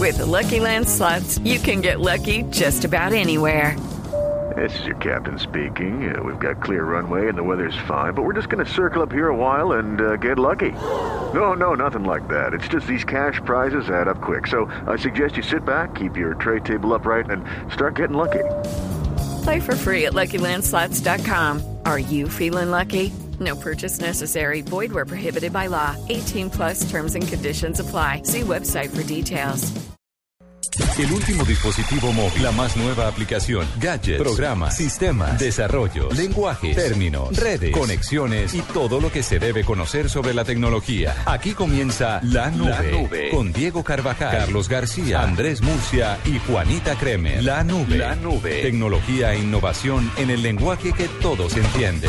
With the Lucky Land Slots, you can get lucky just about anywhere. This is your captain speaking. We've got clear runway and the weather's fine, but we're just going to circle up here a while and get lucky. No, nothing like that. It's just these cash prizes add up quick. So I suggest you sit back, keep your tray table upright, and start getting lucky. Play for free at LuckyLandSlots.com. Are you feeling lucky? No purchase necessary. Void where prohibited by law. 18 plus terms and conditions apply. See website for details. El último dispositivo móvil, la más nueva aplicación, gadgets, programas, sistemas, desarrollos, lenguajes, términos, redes, conexiones y todo lo que se debe conocer sobre la tecnología. Aquí comienza La Nube, con Diego Carvajal, Carlos García, Andrés Murcia y Juanita Kremer. La Nube. Tecnología e innovación en el lenguaje que todos entienden.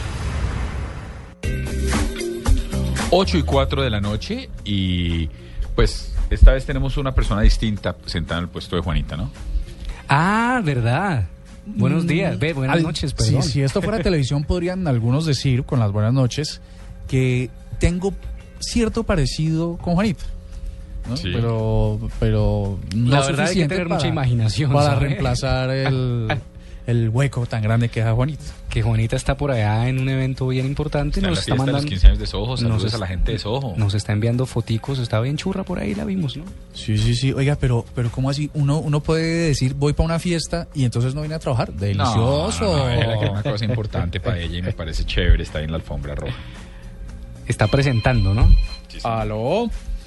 8:04 de la noche y pues esta vez tenemos una persona distinta sentada en el puesto de Juanita, ¿no? Ah, verdad. Buenos días, buenas noches, perdón. Si esto fuera televisión podrían algunos decir con las buenas noches que tengo cierto parecido con Juanita, ¿no? Sí. Pero no la verdad hay que suficiente tener mucha imaginación para ¿sabe? Reemplazar el hueco tan grande que es a Juanita. Que Juanita está por allá en un evento bien importante. Está en nos la está fiesta de mandando los 15 años de Soho. Saludos a la gente de Soho. Nos está enviando foticos, está bien churra por ahí, la vimos, ¿no? Sí. Oiga, pero ¿cómo así? Uno puede decir, voy para una fiesta y entonces no viene a trabajar. Delicioso. No, que es una cosa importante para ella y me parece chévere, está ahí en la alfombra roja. Está presentando, ¿no? Sí. ¿Aló?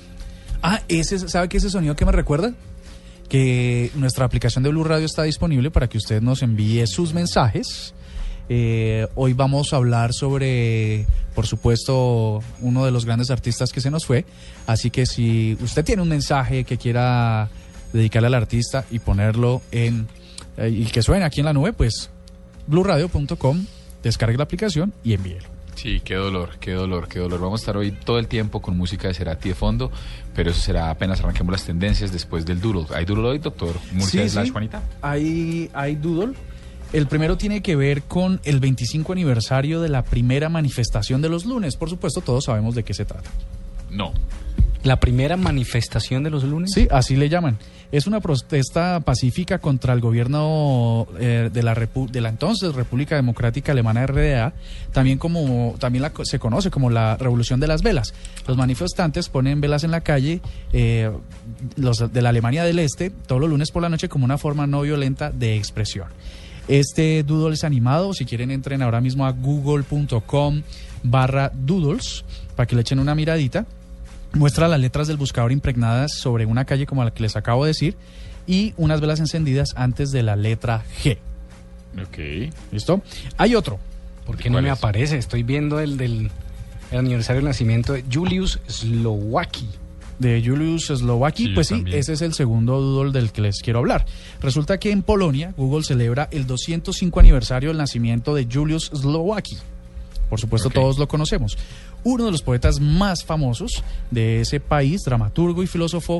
¿Sabe qué ese sonido que me recuerda? Que nuestra aplicación de Blue Radio está disponible para que usted nos envíe sus mensajes. Hoy vamos a hablar sobre, por supuesto, uno de los grandes artistas que se nos fue. Así que si usted tiene un mensaje que quiera dedicarle al artista y ponerlo y que suene aquí en la nube, pues bluradio.com, descargue la aplicación y envíelo. Sí, qué dolor. Vamos a estar hoy todo el tiempo con música de Cerati de fondo, pero eso será apenas arranquemos las tendencias después del Doodle. ¿Hay Doodle hoy, doctor Murcia / Juanita? Hay Doodle. El primero tiene que ver con el 25 aniversario de la primera manifestación de los lunes. Por supuesto, todos sabemos de qué se trata. No. ¿La primera manifestación de los lunes? Sí, así le llaman. Es una protesta pacífica contra el gobierno de la entonces República Democrática Alemana RDA, también se conoce como la Revolución de las Velas. Los manifestantes ponen velas en la calle, los de la Alemania del Este, todos los lunes por la noche como una forma no violenta de expresión. Este doodle es animado. Si quieren, entren ahora mismo a google.com/doodles para que le echen una miradita. Muestra las letras del buscador impregnadas sobre una calle como la que les acabo de decir y unas velas encendidas antes de la letra G. Ok. ¿Listo? Hay otro. ¿Por qué no me aparece? Estoy viendo el aniversario del nacimiento de Julius Slowacki. De Julius Slowacki, Sí, pues sí, también. ese es el segundo doodle del que les quiero hablar. Resulta que en Polonia, Google celebra el 205 aniversario del nacimiento de Julius Slowacki. Por supuesto, Okay. todos lo conocemos. Uno de los poetas más famosos de ese país, dramaturgo y filósofo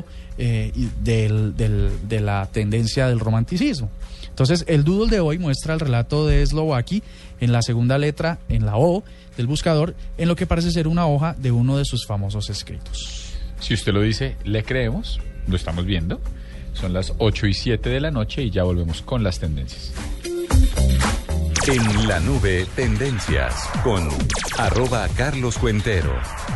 de la tendencia del romanticismo. Entonces, el doodle de hoy muestra el relato de Slowacki en la segunda letra, en la O del buscador, en lo que parece ser una hoja de uno de sus famosos escritos. Si usted lo dice, le creemos, lo estamos viendo. Son las 8:07 de la noche y ya volvemos con las tendencias. En La Nube, tendencias con @Carlos Cuentero.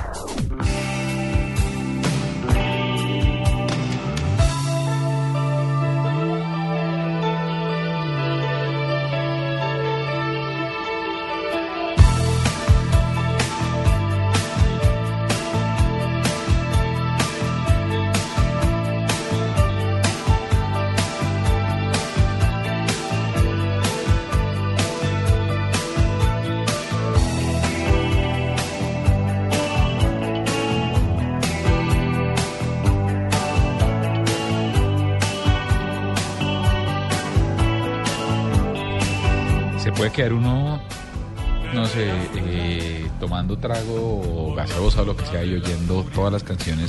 Se puede quedar uno, no sé, tomando trago o gaseosa o lo que sea y oyendo todas las canciones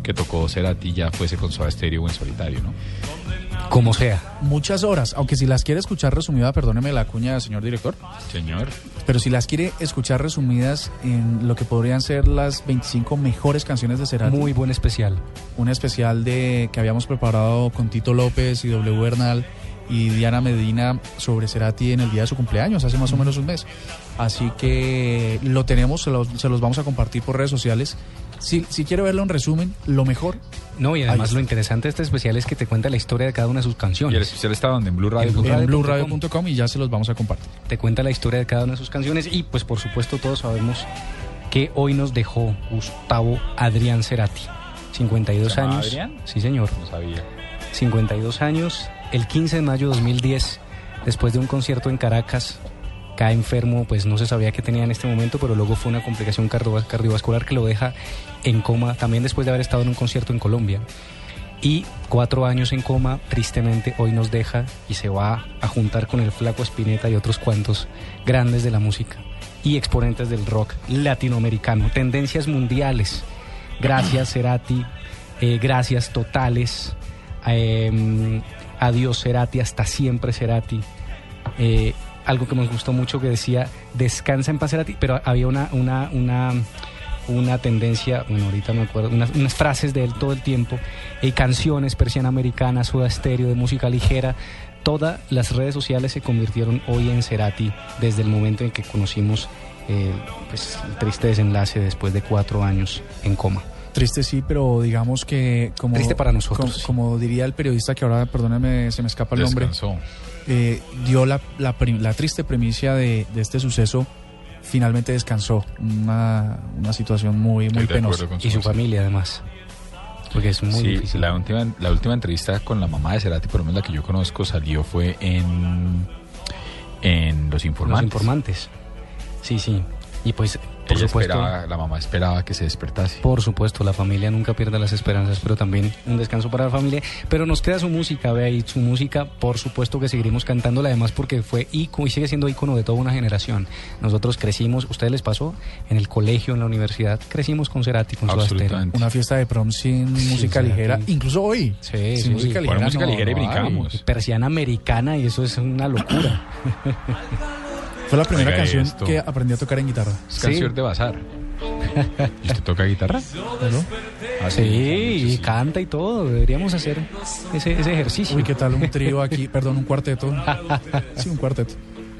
que tocó Cerati ya fuese con Soda Stereo o en solitario, ¿no? Como sea. Muchas horas, aunque si las quiere escuchar resumidas, perdóneme la cuña, señor director. Señor. Pero si las quiere escuchar resumidas en lo que podrían ser las 25 mejores canciones de Cerati. Muy buen especial. Un especial que habíamos preparado con Tito López y W Bernal y Diana Medina sobre Cerati en el día de su cumpleaños, hace más o menos un mes. Así que lo tenemos, se los vamos a compartir por redes sociales. Si quiere verlo en resumen, lo mejor. No, y además lo interesante de este especial es que te cuenta la historia de cada una de sus canciones. ¿Y el especial está donde? ¿En Blue Radio? En BlueRadio.com, y ya se los vamos a compartir. Te cuenta la historia de cada una de sus canciones y pues por supuesto todos sabemos que hoy nos dejó Gustavo Adrián Cerati. 52 años. ¿Adrián? Sí, señor. No sabía. 52 años. El 15 de mayo de 2010, después de un concierto en Caracas, cae enfermo, pues no se sabía qué tenía en este momento, pero luego fue una complicación cardiovascular que lo deja en coma, también después de haber estado en un concierto en Colombia. Y 4 años en coma, tristemente hoy nos deja y se va a juntar con el Flaco Spinetta y otros cuantos grandes de la música y exponentes del rock latinoamericano, tendencias mundiales. Gracias Cerati, gracias totales, adiós Cerati, hasta siempre Cerati. Algo que me gustó mucho que decía, descansa en paz Cerati, pero había una tendencia, bueno, ahorita me acuerdo, unas frases de él todo el tiempo, canciones, Persiana Americana, Soda Stereo, de música ligera. Todas las redes sociales se convirtieron hoy en Cerati desde el momento en que conocimos pues, el triste desenlace después de 4 años en coma. Triste sí, pero digamos que como triste para nosotros. Como diría el periodista que ahora, perdóneme, se me escapa el nombre. Dio la triste primicia de este suceso. Finalmente descansó. Una situación muy penosa. Y su familia además, porque es muy difícil. La última entrevista con la mamá de Cerati, por lo menos la que yo conozco, salió fue en Los Informantes. Los Informantes. Sí. Y pues, por supuesto, la mamá esperaba que se despertase. Por supuesto, la familia nunca pierde las esperanzas, pero también un descanso para la familia. Pero nos queda su música, vea, y su música, por supuesto que seguiremos cantándola, además porque fue ícono y sigue siendo ícono de toda una generación. Nosotros crecimos, ¿ustedes les pasó? En el colegio, en la universidad, crecimos con Cerati, con Soda Stereo. Una fiesta de prom sin música ligera, incluso hoy. Sin música ligera. Con música ligera y brincamos. Persiana Americana, y eso es una locura. Fue la primera canción que aprendí a tocar en guitarra. Es canción de bazar. ¿Y usted toca guitarra? ¿No? Sí, y canta y todo. Deberíamos hacer ese ejercicio. Uy, ¿qué tal un trío aquí? Perdón, un cuarteto. Sí, un cuarteto.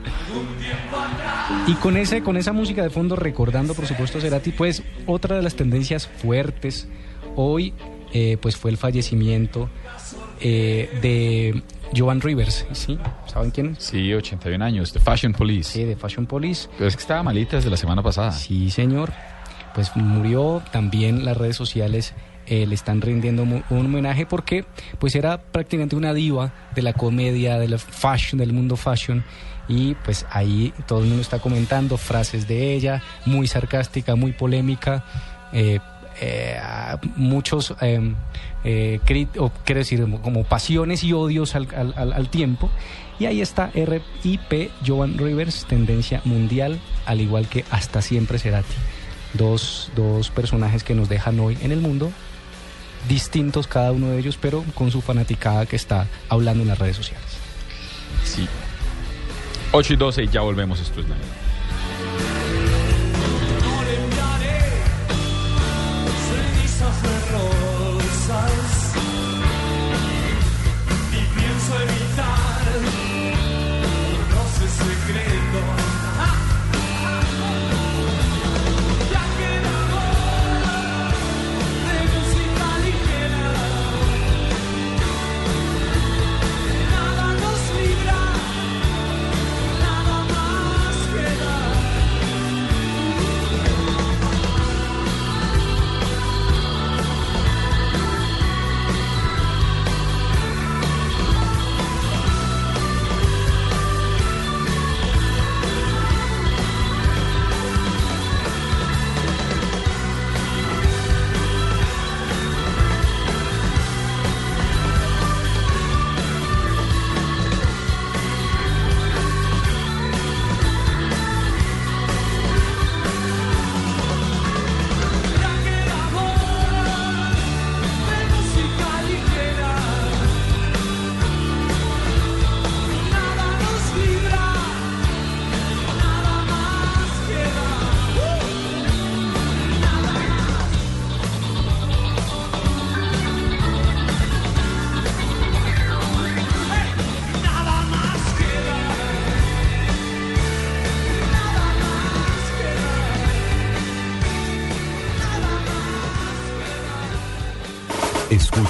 Y con esa música de fondo, recordando por supuesto a Cerati, pues otra de las tendencias fuertes hoy pues fue el fallecimiento de Joan Rivers, ¿sí? ¿Saben quién es? Sí, 81 años, The Fashion Police. Sí, The Fashion Police. Pero es que estaba malita desde la semana pasada. Sí, señor. Pues murió. También las redes sociales le están rindiendo un homenaje porque pues era prácticamente una diva de la comedia, de la fashion, del mundo fashion. Y pues ahí todo el mundo está comentando frases de ella, muy sarcástica, muy polémica, muchos quiero decir como pasiones y odios al tiempo. Y ahí está R.I.P. Joan Rivers, tendencia mundial, al igual que Hasta Siempre Cerati. Dos personajes que nos dejan hoy en el mundo, distintos cada uno de ellos, pero con su fanaticada que está hablando en las redes sociales. Sí. 8:12 y ya volvemos. Esto es la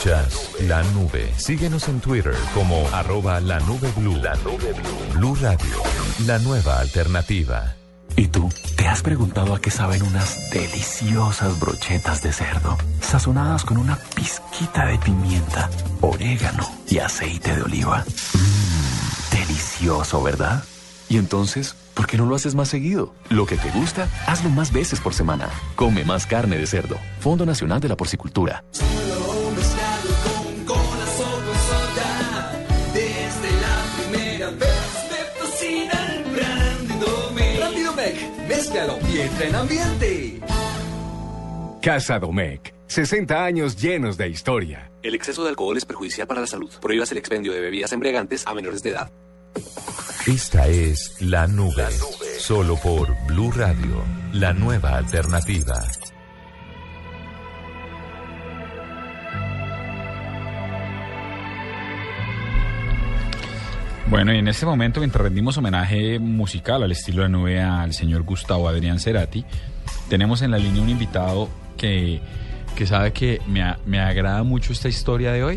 Escuchas La Nube. Síguenos en Twitter como @lanubeblu. La Nube Blue. Blue Radio, la nueva alternativa. ¿Y tú? ¿Te has preguntado a qué saben unas deliciosas brochetas de cerdo, sazonadas con una pizquita de pimienta, orégano y aceite de oliva? Delicioso, ¿verdad? Y entonces, ¿por qué no lo haces más seguido? Lo que te gusta, hazlo más veces por semana. Come más carne de cerdo. Fondo Nacional de la Porcicultura. Solo mezclado con cola soda. Desde la primera vez me fascina el Brandy Domecq. Brandy Domecq, mézclalo y entra en ambiente. Casa Domecq, 60 años llenos de historia. El exceso de alcohol es perjudicial para la salud. Prohíbas el expendio de bebidas embriagantes a menores de edad. Esta es La Nube, solo por Blue Radio, la nueva alternativa. Bueno, y en este momento, mientras rendimos homenaje musical al estilo de La Nube al señor Gustavo Adrián Cerati, tenemos en la línea un invitado que sabe que me agrada mucho esta historia de hoy.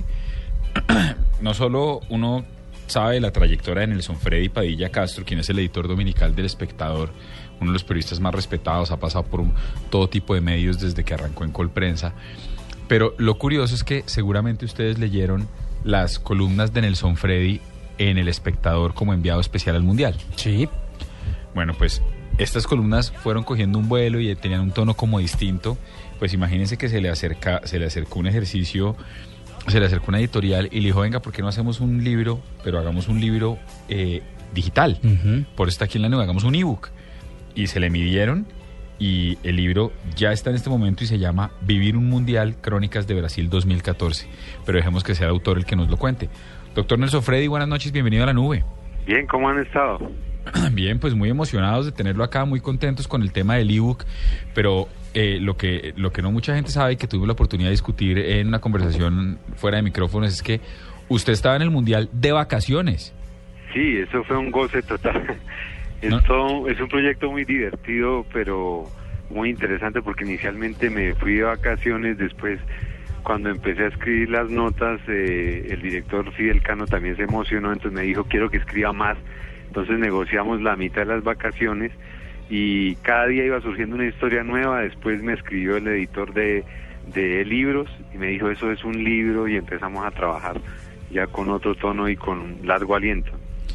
No solo uno sabe la trayectoria de Nelson Freddy Padilla Castro, quien es el editor dominical del Espectador, uno de los periodistas más respetados, ha pasado por todo tipo de medios desde que arrancó en Colprensa. Pero lo curioso es que seguramente ustedes leyeron las columnas de Nelson Freddy en el Espectador como enviado especial al Mundial. Sí. Bueno, pues estas columnas fueron cogiendo un vuelo y tenían un tono como distinto. Pues imagínense que se le acercó un ejercicio, se le acercó una editorial y le dijo, venga, ¿por qué no hacemos un libro, pero hagamos un libro digital? Por eso está aquí en La Nube, hagamos un ebook. Y se le midieron y el libro ya está en este momento y se llama Vivir un Mundial, Crónicas de Brasil 2014. Pero dejemos que sea el autor el que nos lo cuente. Doctor Nelson Freddy, buenas noches, bienvenido a La Nube. Bien, ¿cómo han estado? Bien, pues muy emocionados de tenerlo acá, muy contentos con el tema del ebook, pero lo que no mucha gente sabe y que tuvimos la oportunidad de discutir en una conversación fuera de micrófonos es que usted estaba en el Mundial de vacaciones. Sí, eso fue un goce total. Es un proyecto muy divertido, pero muy interesante porque inicialmente me fui de vacaciones, después cuando empecé a escribir las notas, el director Fidel Cano también se emocionó, entonces me dijo, quiero que escriba más. Entonces negociamos la mitad de las vacaciones y cada día iba surgiendo una historia nueva. Después me escribió el editor de libros y me dijo, eso es un libro, y empezamos a trabajar ya con otro tono y con largo aliento.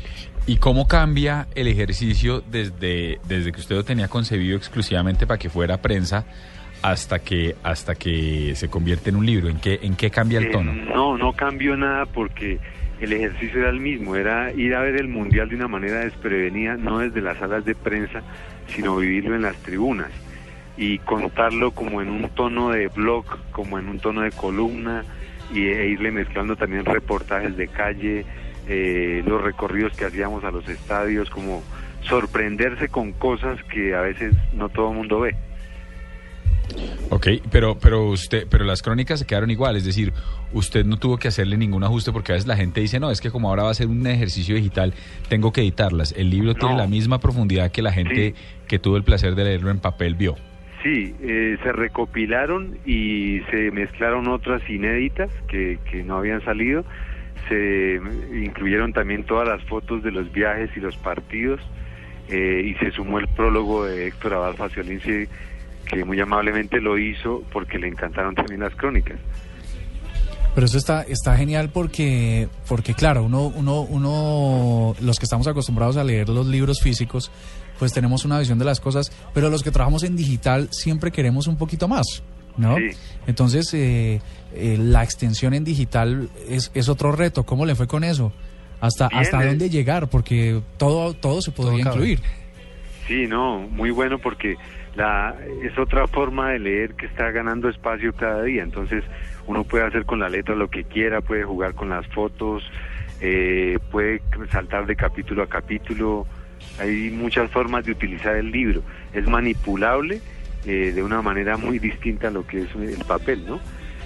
¿Y cómo cambia el ejercicio desde que usted lo tenía concebido exclusivamente para que fuera prensa hasta que se convierte en un libro? ¿En qué cambia el tono? No cambió nada porque el ejercicio era el mismo, era ir a ver el Mundial de una manera desprevenida, no desde las salas de prensa, sino vivirlo en las tribunas y contarlo como en un tono de blog, como en un tono de columna, e irle mezclando también reportajes de calle, los recorridos que hacíamos a los estadios, como sorprenderse con cosas que a veces no todo el mundo ve. Ok, pero las crónicas se quedaron igual, es decir, usted no tuvo que hacerle ningún ajuste porque a veces la gente dice, no, es que como ahora va a ser un ejercicio digital, tengo que editarlas. El libro tiene la misma profundidad que la gente que tuvo el placer de leerlo en papel vio. Sí, se recopilaron y se mezclaron otras inéditas que no habían salido, se incluyeron también todas las fotos de los viajes y los partidos, y se sumó el prólogo de Héctor Abad Faciolince, que muy amablemente lo hizo porque le encantaron también las crónicas. Pero eso está genial porque claro, uno los que estamos acostumbrados a leer los libros físicos, pues tenemos una visión de las cosas, pero los que trabajamos en digital siempre queremos un poquito más, ¿no? Sí. Entonces, la extensión en digital es otro reto. ¿Cómo le fue con eso? ¿Hasta dónde llegar? Porque todo se podría incluir. Sí, no, muy bueno porque es otra forma de leer que está ganando espacio cada día. Entonces uno puede hacer con la letra lo que quiera, puede jugar con las fotos, puede saltar de capítulo a capítulo. Hay muchas formas de utilizar el libro. Es manipulable de una manera muy distinta a lo que es el papel, ¿no?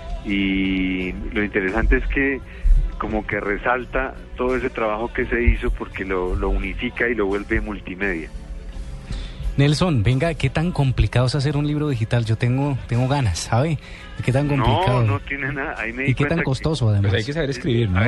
Y lo interesante es que como que resalta todo ese trabajo que se hizo porque lo unifica y lo vuelve multimedia. Nelson, venga, ¿qué tan complicado es hacer un libro digital? Yo tengo ganas, ¿sabe? ¿Qué tan complicado? No tiene nada. Ahí me di ¿Y qué tan costoso, además? Pues hay que saber escribir, ¿no? A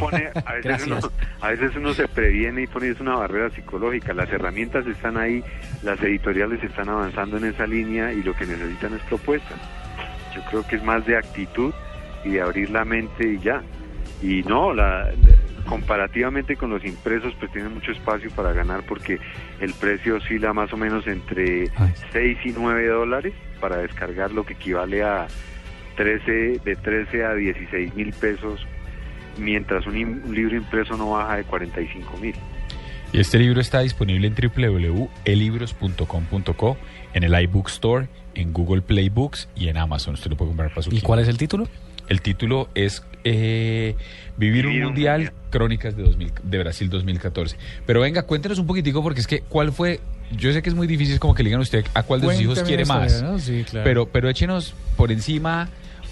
veces uno se previene y pone, es una barrera psicológica. Las herramientas están ahí, las editoriales están avanzando en esa línea y lo que necesitan es propuestas. Yo creo que es más de actitud y de abrir la mente y ya. Y no, comparativamente con los impresos, pues tienen mucho espacio para ganar porque el precio oscila más o menos entre 6 y 9 dólares para descargar, lo que equivale a de 13 a 16 mil pesos, mientras un libro impreso no baja de 45 mil. Y este libro está disponible en www.elibros.com.co, en el iBook Store, en Google Play Books y en Amazon. Usted lo puede comprar para su ¿Y cuál es el título? El título es Vivir un Mundial, Crónicas de Brasil 2014. Pero venga, cuéntenos un poquitico, porque es que, ¿cuál fue? Yo sé que es muy difícil como que le digan a usted a cuál de sus hijos quiere más, ¿no? Sí, claro. pero échenos por encima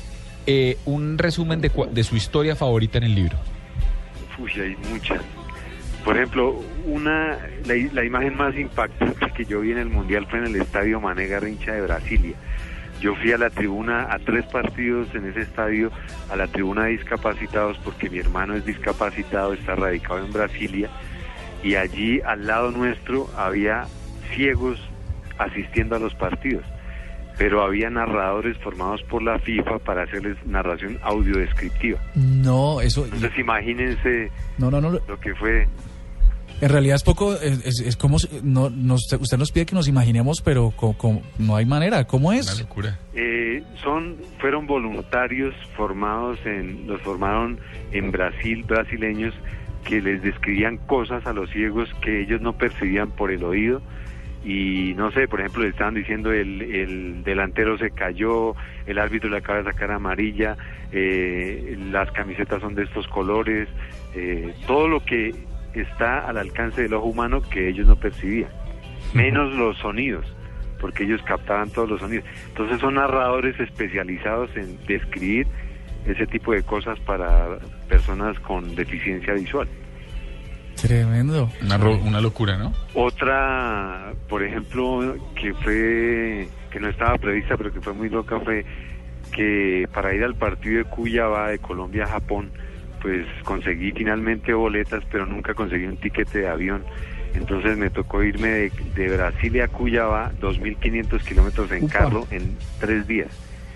un resumen de su historia favorita en el libro. Uy, hay muchas. Por ejemplo, la imagen más impactante que yo vi en el Mundial fue en el Estadio Mané Garrincha de Brasilia. Yo fui a la tribuna, a 3 partidos en ese estadio, a la tribuna de discapacitados, porque mi hermano es discapacitado, está radicado en Brasilia, y allí al lado nuestro había ciegos asistiendo a los partidos, pero había narradores formados por la FIFA para hacerles narración audiodescriptiva. No, eso... Entonces imagínense No. lo que fue... En realidad es poco, es como, usted nos pide que nos imaginemos, pero no hay manera. ¿Cómo es? Una locura. Fueron voluntarios los formaron en Brasil, brasileños, que les describían cosas a los ciegos que ellos no percibían por el oído. Y no sé, por ejemplo, le estaban diciendo el delantero se cayó, el árbitro le acaba de sacar amarilla, las camisetas son de estos colores, todo lo que está al alcance del ojo humano que ellos no percibían, menos los sonidos, porque ellos captaban todos los sonidos. Entonces son narradores especializados en describir ese tipo de cosas para personas con deficiencia visual. Tremendo. Una locura, ¿no? Otra, por ejemplo, que no estaba prevista, pero que fue muy loca, fue que para ir al partido de Cuyabá de Colombia a Japón, pues conseguí finalmente boletas, pero nunca conseguí un tiquete de avión. Entonces me tocó irme de Brasilia a Cuyabá, 2.500 kilómetros en carro en 3 días.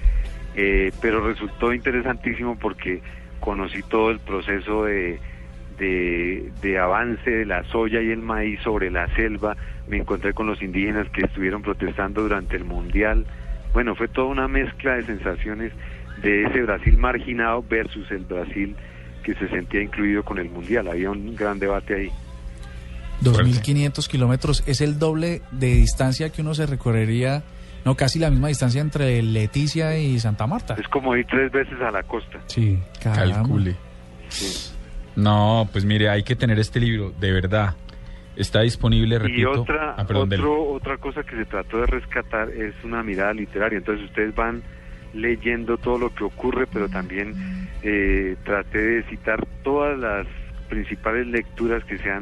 Pero resultó interesantísimo porque conocí todo el proceso de avance de la soya y el maíz sobre la selva. Me encontré con los indígenas que estuvieron protestando durante el Mundial. Bueno, fue toda una mezcla de sensaciones de ese Brasil marginado versus el Brasil que se sentía incluido con el Mundial. Había un gran debate ahí. 2.500 kilómetros es el doble de distancia que uno se recorrería, no, casi la misma distancia entre Leticia y Santa Marta. Es como ir 3 veces a la costa. Sí, caramba. Calcule. Sí. No, pues mire, hay que tener este libro, de verdad. Está disponible, repito. Y otra cosa que se trató de rescatar es una mirada literaria. Entonces ustedes van leyendo todo lo que ocurre, pero también traté de citar todas las principales lecturas que se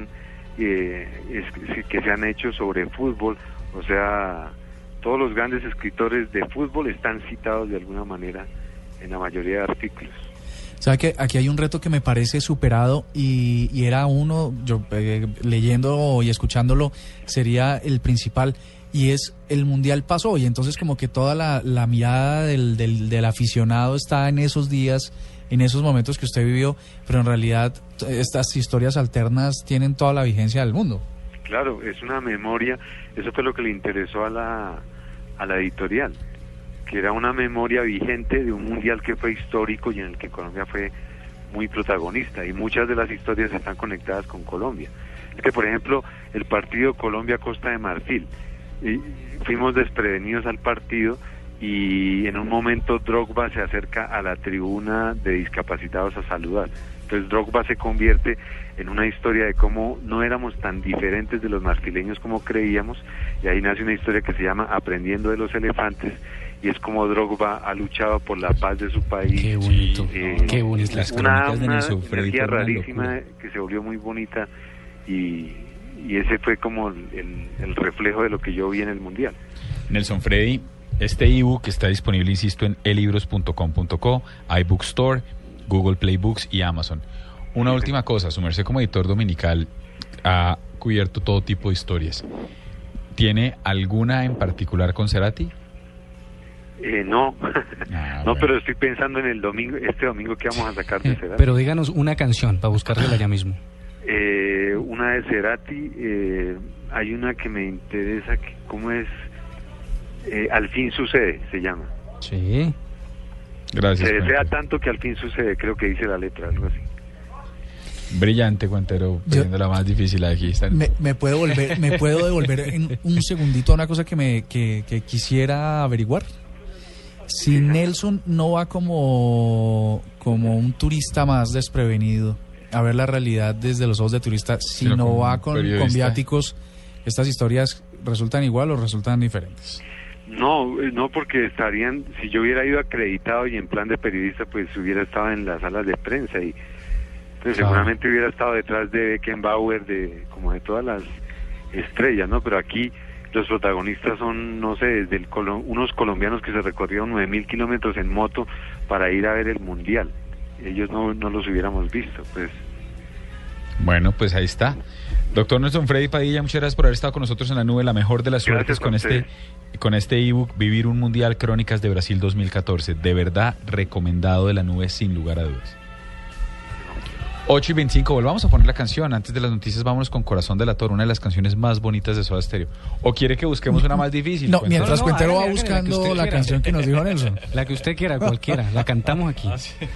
han hecho sobre fútbol. O sea, todos los grandes escritores de fútbol están citados de alguna manera en la mayoría de artículos. ¿Sabe que aquí hay un reto que me parece superado y era uno, yo leyendo y escuchándolo, sería el principal, y es el Mundial pasó, y entonces como que toda la mirada del aficionado está en esos días, en esos momentos que usted vivió, pero en realidad estas historias alternas tienen toda la vigencia del mundo. Claro, es una memoria, eso fue lo que le interesó a la editorial, que era una memoria vigente de un Mundial que fue histórico y en el que Colombia fue muy protagonista, y muchas de las historias están conectadas con Colombia. Es que, por ejemplo, el partido Colombia-Costa de Marfil, fuimos desprevenidos al partido y en un momento Drogba se acerca a la tribuna de discapacitados a saludar. Entonces Drogba se convierte en una historia de cómo no éramos tan diferentes de los marfileños como creíamos, y ahí nace una historia que se llama Aprendiendo de los Elefantes, y es como Drogba ha luchado por la paz de su país. Qué bonito, qué bonito. Las una crónicas de Nelson Freddy energía fueron una rarísima locura. que se volvió muy bonita, y ese fue como el reflejo de lo que yo vi en el Mundial. Nelson Freddy, este ebook está disponible, insisto, en elibros.com.co, iBookstore, Google Play Books y Amazon. Una última cosa, su merced como editor dominical ha cubierto todo tipo de historias. ¿Tiene alguna en particular con Cerati? No, Ah, no, bueno. pero estoy pensando en este domingo que vamos a sacar de Cerati. Pero díganos una canción para buscársela ya mismo. Una de Cerati, hay una que me interesa, ¿cómo es? Al fin sucede, se llama. Sí. Gracias. Se desea Cuentero. tanto que al fin sucede, creo que dice la letra, algo así. Brillante, Cuentero, poniendo la más difícil aquí. ¿Me puedo devolver en un segundito a una cosa que quisiera averiguar? Si Nelson no va como un turista más desprevenido a ver la realidad desde los ojos de turista, si Sino no como va un con periodista. viáticos, ¿estas historias resultan igual o resultan diferentes? No, porque estarían, si yo hubiera ido acreditado y en plan de periodista, pues hubiera estado en las salas de prensa y pues seguramente hubiera estado detrás de Beckenbauer, como de todas las estrellas, ¿no? Pero aquí los protagonistas son, no sé, desde unos colombianos que se recorrieron 9.000 kilómetros en moto para ir a ver el Mundial. Ellos no los hubiéramos visto, pues. Bueno, pues ahí está. Doctor Nelson Freddy Padilla, muchas gracias por haber estado con nosotros en la nube. La mejor de las suertes con este ebook, Vivir un Mundial, Crónicas de Brasil 2014. De verdad, recomendado de la nube sin lugar a dudas. 8:25, volvamos a poner la canción. Antes de las noticias, vámonos con Corazón Delator, una de las canciones más bonitas de Soda Stereo. ¿O quiere que busquemos una más difícil? No, mientras Cuentero va hágale, buscando la canción que nos dijo Nelson. La que usted quiera, cualquiera. La cantamos aquí.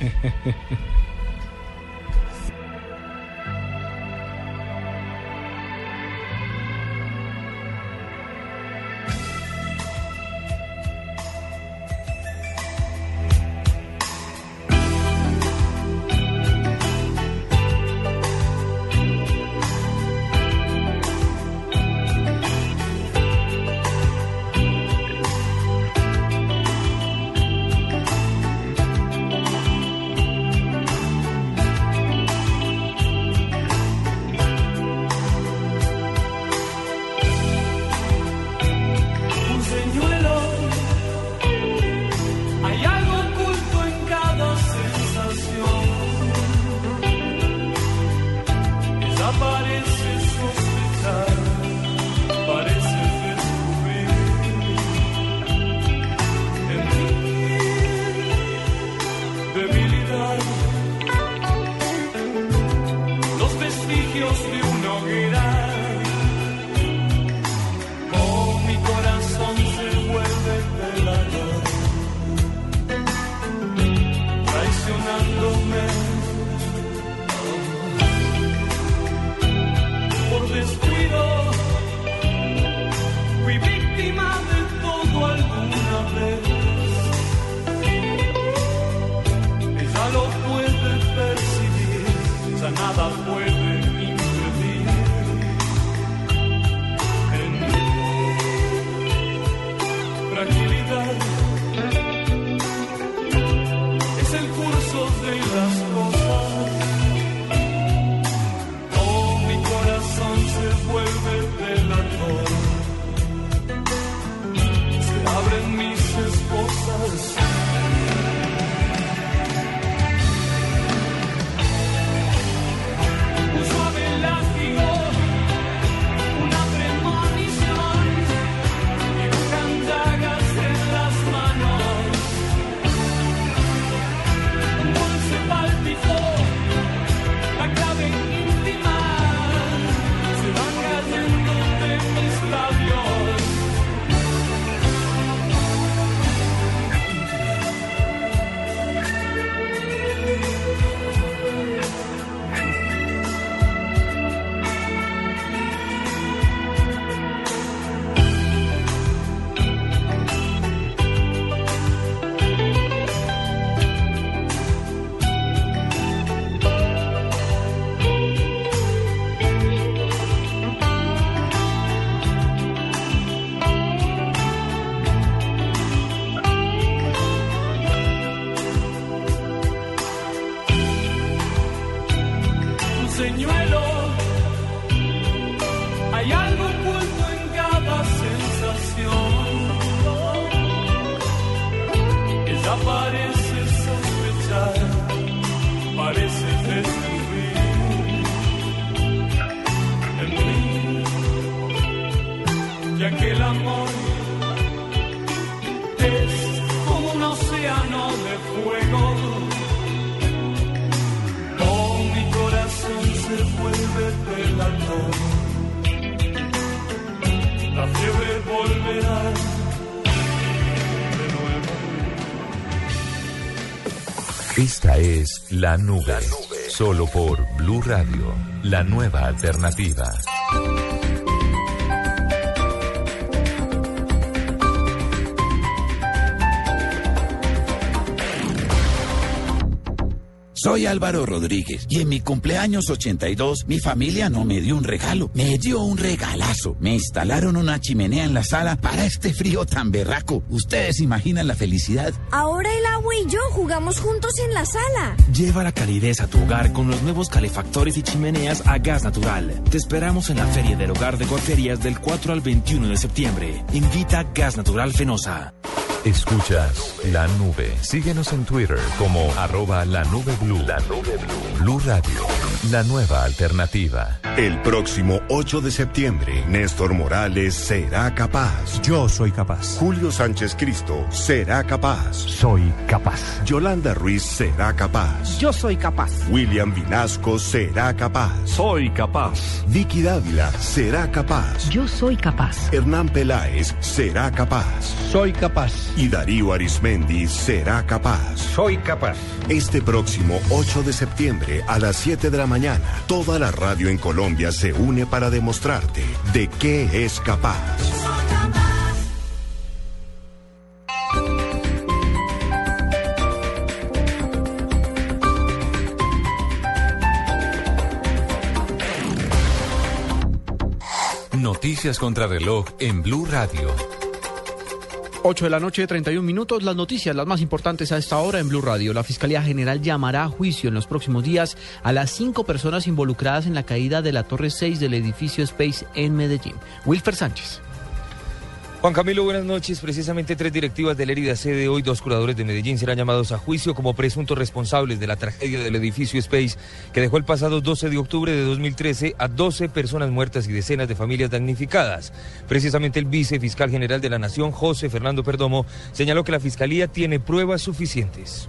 Un señuelo, hay algo oculto en cada sensación. Desaparece sospechar, parece descubrir en mí debilidad. Los vestigios de una hoguera. Mi corazón se vuelve velador, traicionándome por descuido. Fui víctima de todo alguna vez. Ella lo puede percibir, ya nada puede impedir. Fragilidad es el curso de las cosas. Oh, mi corazón se vuelve delator. Se abren mis esposas. Un suave látigo, una premonición. Dibujan llagas en las manos. Un dulce pálpito, la clave íntima. Se van cayendo de mis labios. Un señuelo, Hay algo oculto en cada sensación. Ella parece sospechar, parece descubrir en mí, ya que el amor es como un océano de fuego. Oh, mi corazón se vuelve delator. La fiebre volverá de nuevo. Esta es La Nube. Solo por Blue Radio, la nueva alternativa. Soy Álvaro Rodríguez y en mi cumpleaños 82 mi familia no me dio un regalo, me dio un regalazo. Me instalaron una chimenea en la sala para este frío tan berraco. ¿Ustedes imaginan la felicidad? Ahora el agua y yo jugamos juntos en la sala. Lleva la calidez a tu hogar con los nuevos calefactores y chimeneas a gas natural. Te esperamos en la Feria del Hogar de Guarderías del 4 al 21 de septiembre. Invita Gas Natural Fenosa. Escuchas La Nube. Síguenos en Twitter como @lanubeblu. La Nube Blue. Blue Radio, la nueva alternativa. El próximo 8 de septiembre, Néstor Morales será capaz. Yo soy capaz. Julio Sánchez Cristo será capaz. Soy capaz. Yolanda Ruiz será capaz. Yo soy capaz. William Vinasco será capaz. Soy capaz. Vicky Dávila será capaz. Yo soy capaz. Hernán Peláez será capaz. Soy capaz. Y Darío Arismendi será capaz. Soy capaz. Este próximo 8 de septiembre a las 7 de la mañana, toda la radio en Colombia se une para demostrarte de qué es capaz. Noticias contra reloj en Blue Radio. 8 de la noche, 31 minutos. Las noticias, las más importantes a esta hora en Blue Radio. La Fiscalía General llamará a juicio en los próximos días a las 5 personas involucradas en la caída de la Torre 6 del edificio Space en Medellín. Wilfer Sánchez. Juan Camilo, buenas noches. Precisamente 3 directivas del ERI de sede hoy, 2 curadores de Medellín serán llamados a juicio como presuntos responsables de la tragedia del edificio Space que dejó el pasado 12 de octubre de 2013 a 12 personas muertas y decenas de familias damnificadas. Precisamente el vicefiscal general de la Nación, José Fernando Perdomo, señaló que la Fiscalía tiene pruebas suficientes.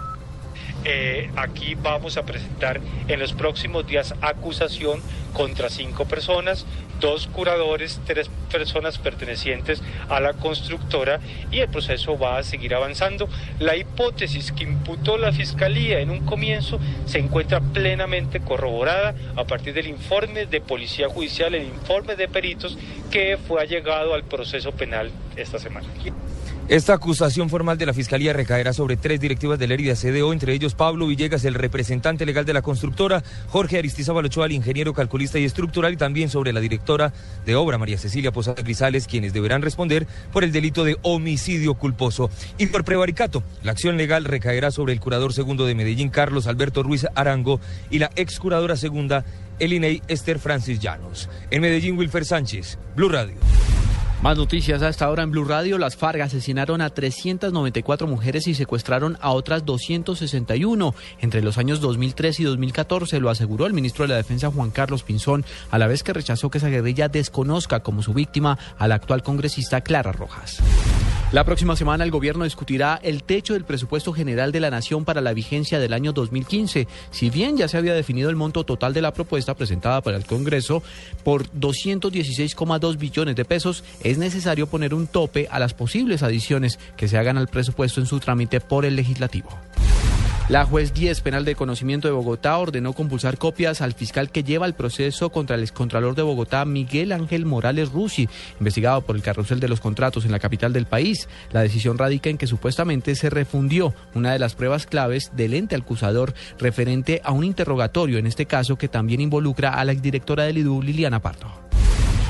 Aquí vamos a presentar en los próximos días acusación contra 5 personas, 2 curadores, 3 personas pertenecientes a la constructora, y el proceso va a seguir avanzando. La hipótesis que imputó la Fiscalía en un comienzo se encuentra plenamente corroborada a partir del informe de Policía Judicial, el informe de peritos que fue allegado al proceso penal esta semana. Esta acusación formal de la Fiscalía recaerá sobre 3 directivas del ERI de ACDO, entre ellos Pablo Villegas, el representante legal de la constructora, Jorge Aristizábal Ochoa, el ingeniero calculista y estructural, y también sobre la directora de obra, María Cecilia Posada Grisales, quienes deberán responder por el delito de homicidio culposo. Y por prevaricato, la acción legal recaerá sobre el curador segundo de Medellín, Carlos Alberto Ruiz Arango, y la ex curadora segunda, el INEI, Esther Francis Llanos. En Medellín, Wilfer Sánchez, Blue Radio. Más noticias a esta hora en Blue Radio. Las FARC asesinaron a 394 mujeres y secuestraron a otras 261 entre los años 2013 y 2014, lo aseguró el ministro de la Defensa, Juan Carlos Pinzón, a la vez que rechazó que esa guerrilla desconozca como su víctima a la actual congresista Clara Rojas. La próxima semana el gobierno discutirá el techo del presupuesto general de la Nación para la vigencia del año 2015. Si bien ya se había definido el monto total de la propuesta presentada para el Congreso por 216,2 billones de pesos, es necesario poner un tope a las posibles adiciones que se hagan al presupuesto en su trámite por el Legislativo. La juez 10 penal de conocimiento de Bogotá ordenó compulsar copias al fiscal que lleva el proceso contra el excontralor de Bogotá, Miguel Ángel Morales Rusi, investigado por el carrusel de los contratos en la capital del país. La decisión radica en que supuestamente se refundió una de las pruebas claves del ente acusador referente a un interrogatorio, en este caso que también involucra a la exdirectora del IDU, Liliana Pardo.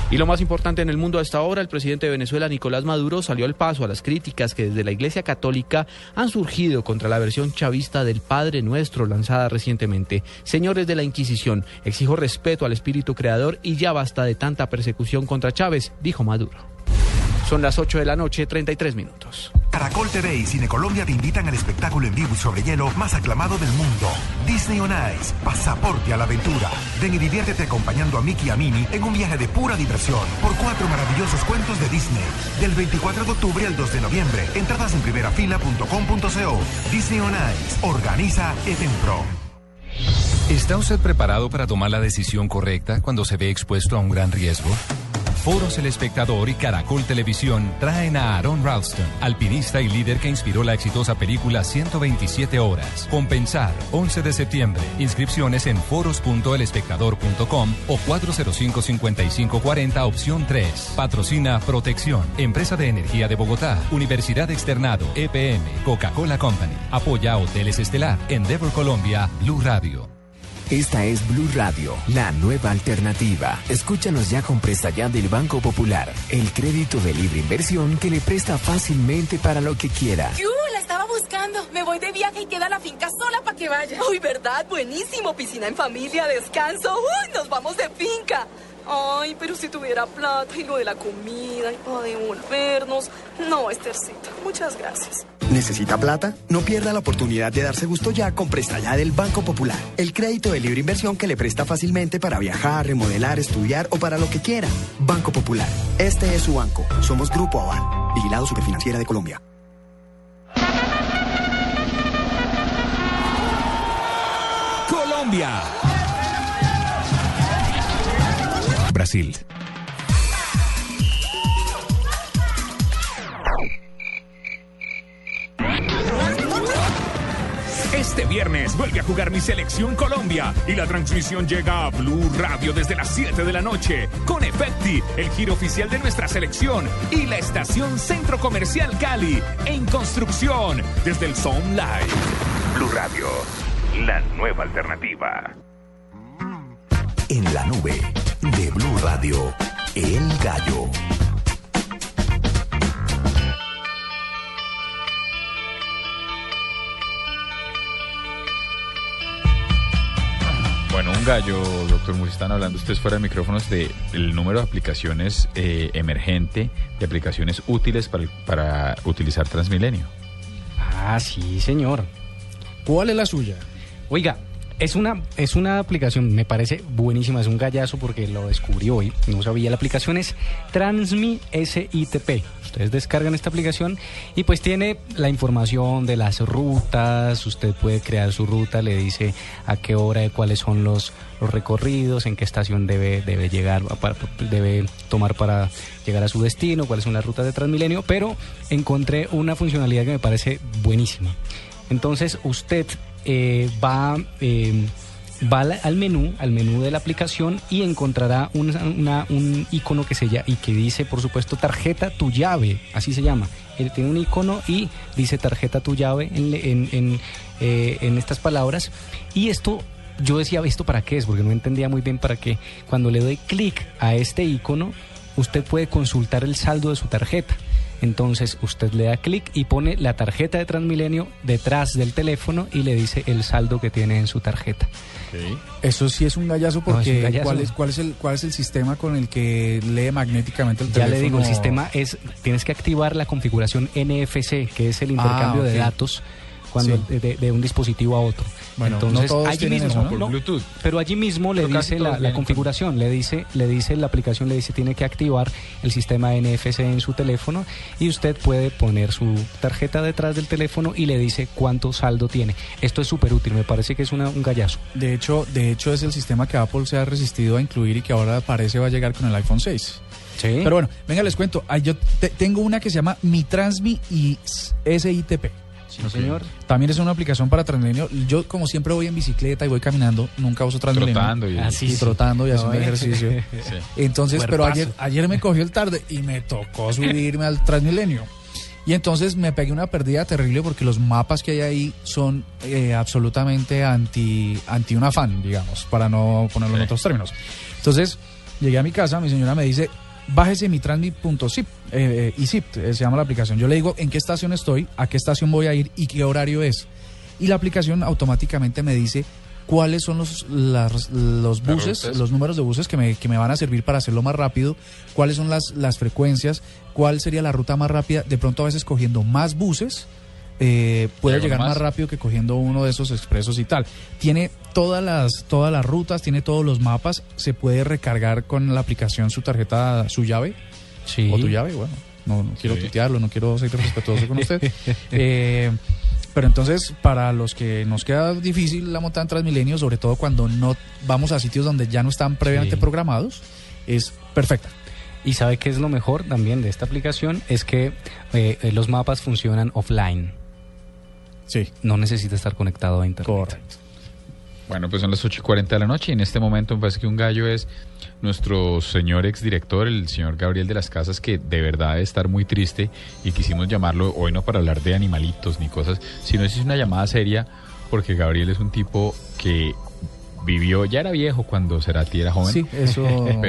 Y lo más importante en el mundo hasta ahora, el presidente de Venezuela, Nicolás Maduro, salió al paso a las críticas que desde la Iglesia Católica han surgido contra la versión chavista del Padre Nuestro lanzada recientemente. Señores de la Inquisición, exijo respeto al espíritu creador y ya basta de tanta persecución contra Chávez, dijo Maduro. Son las 8 de la noche, 33 minutos. Caracol TV y Cine Colombia te invitan al espectáculo en vivo y sobre hielo más aclamado del mundo. Disney on Ice, pasaporte a la aventura. Ven y diviértete acompañando a Mickey y a Minnie en un viaje de pura diversión por 4 maravillosos cuentos de Disney. Del 24 de octubre al 2 de noviembre. Entradas en primerafila.com.co. Disney on Ice. Organiza Edenpro. ¿Está usted preparado para tomar la decisión correcta cuando se ve expuesto a un gran riesgo? Foros El Espectador y Caracol Televisión traen a Aaron Ralston, alpinista y líder que inspiró la exitosa película 127 horas. Compensar, 11 de septiembre. Inscripciones en foros.elespectador.com o 405-5540 opción 3. Patrocina Protección, Empresa de Energía de Bogotá, Universidad Externado, EPM, Coca-Cola Company. Apoya Hoteles Estelar, Endeavor Colombia, Blue Radio. Esta es Blue Radio, la nueva alternativa. Escúchanos ya con Presta Ya del Banco Popular, el crédito de libre inversión que le presta fácilmente para lo que quiera. ¡Yu! La estaba buscando. Me voy de viaje y queda la finca sola para que vaya. ¡Uy, verdad! Buenísimo. Piscina en familia, descanso. ¡Uy, nos vamos de finca! Ay, pero si tuviera plata y lo de la comida y para devolvernos. No, Esthercita, muchas gracias. ¿Necesita plata? No pierda la oportunidad de darse gusto ya con Presta Ya del Banco Popular. El crédito de libre inversión que le presta fácilmente para viajar, remodelar, estudiar o para lo que quiera. Banco Popular. Este es su banco. Somos Grupo Aval. Vigilado Superfinanciera de Colombia. Colombia. Brasil. Este viernes vuelve a jugar mi selección Colombia y la transmisión llega a Blue Radio desde las 7 de la noche con Efecti, el giro oficial de nuestra selección, y la estación Centro Comercial Cali en construcción desde el Sound Live. Blue Radio, la nueva alternativa. En la nube de Blue Radio, El Gallo. Bueno, un gallo, doctor Murcia, están hablando ustedes fuera de micrófonos del número de aplicaciones emergente, de aplicaciones útiles para utilizar Transmilenio. Ah, sí, señor. ¿Cuál es la suya? Oiga, es una aplicación, me parece buenísima, es un gallazo porque lo descubrí hoy, no sabía. La aplicación es Transmi SITP. Ustedes descargan esta aplicación y pues tiene la información de las rutas. Usted puede crear su ruta, le dice a qué hora, cuáles son los recorridos, en qué estación debe llegar, debe tomar para llegar a su destino, cuáles son las rutas de Transmilenio. Pero encontré una funcionalidad que me parece buenísima. Entonces usted va al menú de la aplicación y encontrará un icono que dice, por supuesto, tarjeta tu llave, así se llama. Él tiene un icono y dice tarjeta tu llave en estas palabras. Y esto, yo decía, ¿esto para qué es? Porque no entendía muy bien para qué. Cuando le doy clic a este icono, usted puede consultar el saldo de su tarjeta. Entonces usted le da clic y pone la tarjeta de Transmilenio detrás del teléfono y le dice el saldo que tiene en su tarjeta. Okay. Eso sí es un gallazo porque no, es un gallazo. ¿Cuál es el sistema con el que lee magnéticamente el teléfono? Ya le digo, el sistema tienes que activar la configuración NFC, que es el intercambio de datos de un dispositivo a otro. Bueno, entonces, no todos allí tienen mismo, eso, ¿no? Por Bluetooth. Pero allí mismo le dice la configuración, le dice la aplicación, le dice tiene que activar el sistema NFC en su teléfono y usted puede poner su tarjeta detrás del teléfono y le dice cuánto saldo tiene. Esto es súper útil, me parece que es un gallazo. De hecho es el sistema que Apple se ha resistido a incluir y que ahora parece va a llegar con el iPhone 6. Sí. Pero bueno, venga, les cuento. Yo tengo una que se llama Mi Transmi y SITP. Sí, señor. También es una aplicación para Transmilenio. Yo, como siempre, voy en bicicleta y voy caminando, nunca uso Transmilenio. Trotando y haciendo ejercicio. Sí. Entonces, Cuerpazo. Pero ayer me cogió el tarde y me tocó subirme al Transmilenio. Y entonces me pegué una pérdida terrible porque los mapas que hay ahí son absolutamente anti un afán, digamos, para no ponerlo en otros términos. Entonces, Llegué a mi casa, mi señora me dice, bájese mi Transmi.zip, eZip, se llama la aplicación. Yo le digo en qué estación estoy, a qué estación voy a ir y qué horario es. Y la aplicación automáticamente me dice cuáles son los buses, los números de buses que me van a servir para hacerlo más rápido, cuáles son las frecuencias, cuál sería la ruta más rápida. De pronto a veces cogiendo más buses, puede llegar más rápido que cogiendo uno de esos expresos y tal. Tiene todas las rutas, tiene todos los mapas, se puede recargar con la aplicación su tarjeta, su llave, o tu llave, bueno, no quiero tutearlo, no quiero ser respetuoso con usted. Pero entonces, para los que nos queda difícil la montada en Transmilenio, sobre todo cuando no vamos a sitios donde ya no están previamente programados, es perfecta. Y sabe qué es lo mejor también de esta aplicación, es que los mapas funcionan offline. Sí. No necesita estar conectado a internet. Correcto. Bueno, pues son las 8:40 de la noche y en este momento me parece que un gallo es nuestro señor exdirector, el señor Gabriel de las Casas, que de verdad debe estar muy triste y quisimos llamarlo hoy no para hablar de animalitos ni cosas, sino es una llamada seria porque Gabriel es un tipo que vivió, ya era viejo cuando Cerati era joven. Sí, eso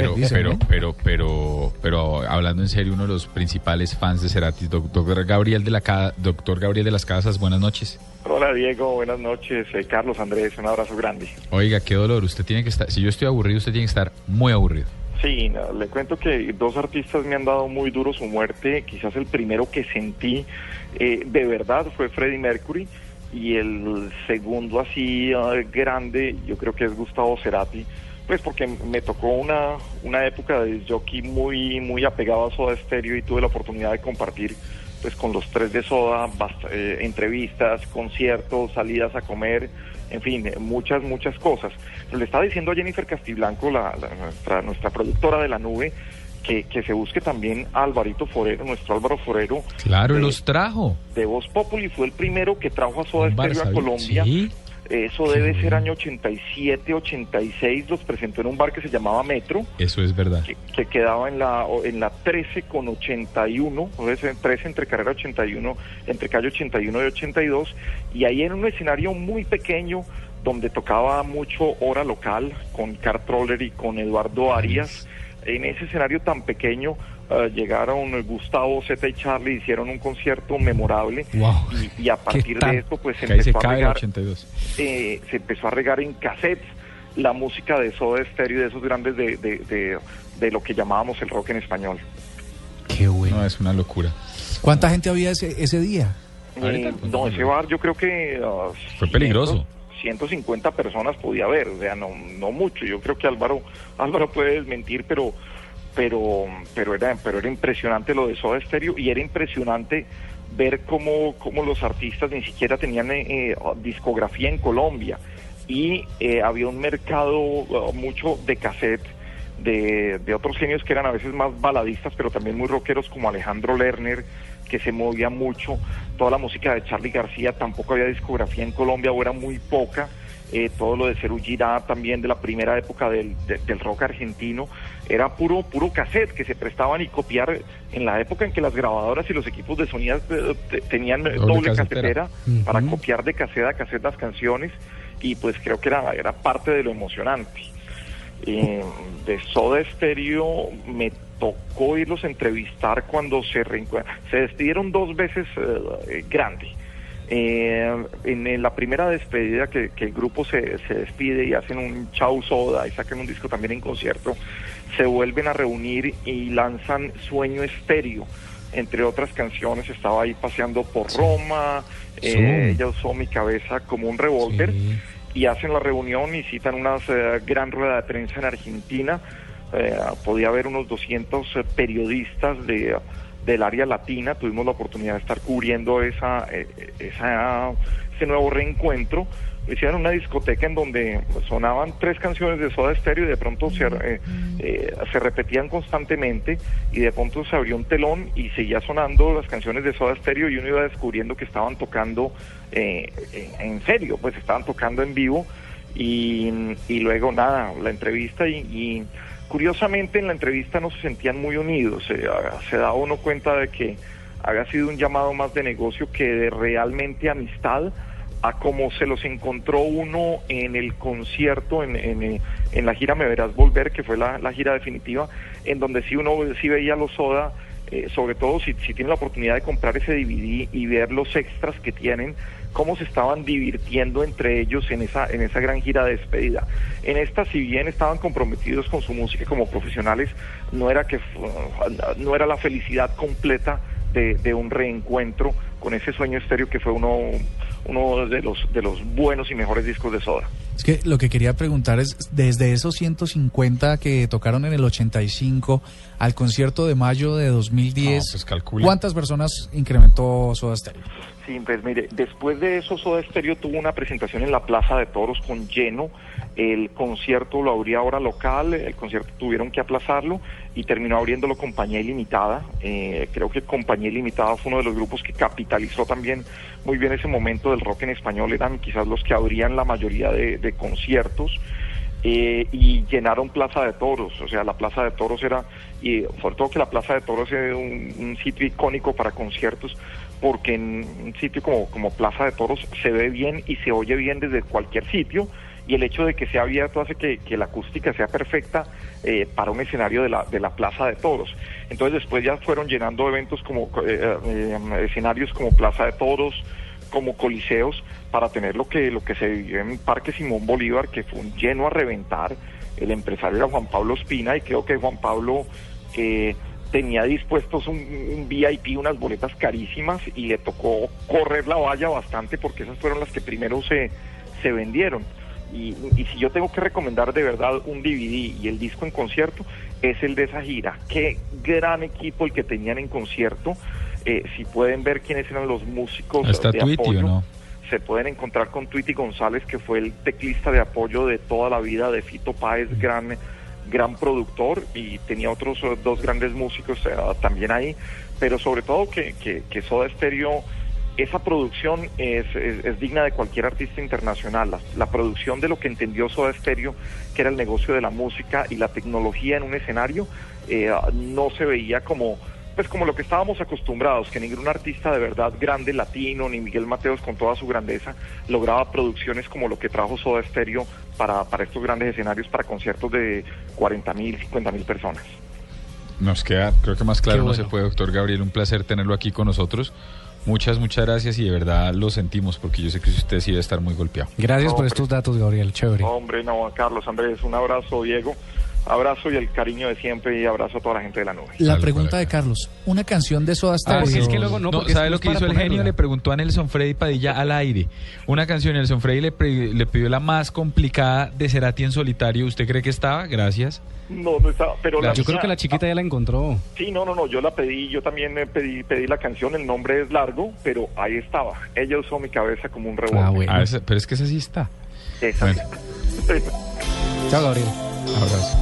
pero hablando en serio, uno de los principales fans de Cerati, doctor Gabriel de las Casas, buenas noches. Hola Diego, buenas noches. Carlos, Andrés, un abrazo grande. Oiga, qué dolor, usted tiene que estar, si yo estoy aburrido, usted tiene que estar muy aburrido. Sí, no, le cuento que dos artistas me han dado muy duro su muerte. Quizás el primero que sentí de verdad fue Freddie Mercury, y el segundo así grande yo creo que es Gustavo Cerati, pues porque me tocó una época de jockey muy apegado a Soda Stereo y tuve la oportunidad de compartir pues con los tres de Soda entrevistas, conciertos, salidas a comer, en fin, muchas cosas. Pero le estaba diciendo a Jennifer Castiblanco, nuestra productora de La Nube, que se busque también a Alvarito Forero, nuestro Álvaro Forero. Claro, los trajo. De Voz Populi, fue el primero que trajo a Soda Stereo a Colombia. ¿Sí? Eso debe ser año 87, 86, los presentó en un bar que se llamaba Metro. Eso es verdad. Que quedaba en la 13 con 81, o sea, 13 entre carrera 81, entre calle 81 y 82, y ahí en un escenario muy pequeño, donde tocaba mucho hora local, con Carl Troller y con Eduardo Arias. En ese escenario tan pequeño llegaron Gustavo, Zeta y Charlie, hicieron un concierto memorable. Wow. Y a partir de esto pues se empezó a regar en cassettes la música de Soda Stereo y de esos grandes de lo que llamábamos el rock en español. Qué bueno. No, es una locura. ¿Cuánta gente había ese día? No, ese bar yo creo que fue peligroso. 150 personas podía haber, o sea, no mucho. Yo creo que Álvaro puede desmentir, pero era impresionante lo de Soda Stereo, y era impresionante ver cómo los artistas ni siquiera tenían discografía en Colombia, y había un mercado mucho de cassette de otros genios que eran a veces más baladistas, pero también muy rockeros, como Alejandro Lerner, que se movía mucho. Toda la música de Charly García, tampoco había discografía en Colombia, o era muy poca. Todo lo de Serú Girá, también de la primera época del rock argentino, era puro cassette que se prestaban, y copiar en la época en que las grabadoras y los equipos de sonido tenían doble casetera para copiar de cassette a cassette las canciones, y pues creo que era parte de lo emocionante. De Soda Stereo me tocó irlos a entrevistar cuando se despidieron dos veces grande. En la primera despedida que el grupo se despide y hacen un Chau Soda y sacan un disco también en concierto, se vuelven a reunir y lanzan Sueño Estéreo. Entre otras canciones, estaba ahí paseando por Roma, ella usó Mi Cabeza como un revólver, y hacen la reunión y citan una gran rueda de prensa en Argentina. Podía haber unos 200 periodistas del área latina. Tuvimos la oportunidad de estar cubriendo ese nuevo reencuentro. Hicieron una discoteca en donde sonaban 3 canciones de Soda Stereo y de pronto se repetían constantemente, y de pronto se abrió un telón y seguía sonando las canciones de Soda Stereo, y uno iba descubriendo que estaban tocando en serio, pues estaban tocando en vivo. Y luego nada, la entrevista, y curiosamente en la entrevista no se sentían muy unidos. Se da uno cuenta de que había sido un llamado más de negocio que de realmente amistad, a como se los encontró uno en el concierto, en la gira Me Verás Volver, que fue la gira definitiva, en donde uno sí veía a los Soda, sobre todo si tiene la oportunidad de comprar ese DVD y ver los extras que tienen, cómo se estaban divirtiendo entre ellos en esa gran gira de despedida. En esta, si bien estaban comprometidos con su música como profesionales, no era la felicidad completa de un reencuentro con ese Sueño Estéreo, que fue uno de los buenos y mejores discos de Soda. Es que lo que quería preguntar es, desde esos 150 que tocaron en el 85 al concierto de mayo de 2010, ¿cuántas personas incrementó Soda Stereo? Sí, pues mire, después de eso Soda Stereo tuvo una presentación en la Plaza de Toros con lleno. El concierto lo abría hora local, el concierto tuvieron que aplazarlo y terminó abriéndolo Compañía Ilimitada. Creo que Compañía Ilimitada fue uno de los grupos que capitalizó también muy bien ese momento del rock en español, eran quizás los que abrían la mayoría de conciertos. Y llenaron Plaza de Toros, o sea, la Plaza de Toros era, y sobre todo que la Plaza de Toros es un sitio icónico para conciertos, porque en un sitio como Plaza de Toros se ve bien y se oye bien desde cualquier sitio, y el hecho de que sea abierto hace que la acústica sea perfecta para un escenario de la Plaza de Toros. Entonces después ya fueron llenando eventos como escenarios como Plaza de Toros, como coliseos, para tener lo que se vivió en Parque Simón Bolívar, que fue un lleno a reventar. El empresario era Juan Pablo Espina, y creo que Juan Pablo tenía dispuestos un VIP, unas boletas carísimas, y le tocó correr la valla bastante, porque esas fueron las que primero se vendieron. Y si yo tengo que recomendar de verdad un DVD y el disco en concierto, es el de esa gira. Qué gran equipo el que tenían en concierto. Si pueden ver quiénes eran los músicos ¿Está de Tweety apoyo, o no? se pueden encontrar con Tweety González, que fue el teclista de apoyo de toda la vida de Fito Páez, gran productor, y tenía otros dos grandes músicos también ahí, pero sobre todo que Soda Stereo, esa producción es digna de cualquier artista internacional. La producción de lo que entendió Soda Stereo, que era el negocio de la música y la tecnología en un escenario, no se veía como lo que estábamos acostumbrados, que ningún artista de verdad grande latino, ni Miguel Mateos con toda su grandeza, lograba producciones como lo que trajo Soda Stereo para estos grandes escenarios, para conciertos de 40,000, 50,000 personas. Nos queda, creo que más claro no se puede, doctor Gabriel, un placer tenerlo aquí con nosotros. Muchas gracias, y de verdad lo sentimos, porque yo sé que usted sí debe estar muy golpeado. Gracias por estos datos, Gabriel, chévere. Hombre, no, Carlos, Andrés, un abrazo, Diego. Abrazo y el cariño de siempre, y abrazo a toda la gente de la nube. La pregunta de Carlos, una canción de Soda Stereo. Es que luego ¿sabe lo que hizo el genio? Le preguntó a Nelson Freddy Padilla al aire una canción. Nelson Freddy le pidió la más complicada de Cerati en solitario. ¿Usted cree que estaba? Gracias. No estaba, pero yo creo que la chiquita ya la encontró. Sí, no, yo la pedí, yo también pedí la canción, el nombre es largo, pero ahí estaba. Ella usó mi cabeza como un revólver. Bueno. Pero es que esa sí está. Bueno. Chao, Gabriel. Abrazo.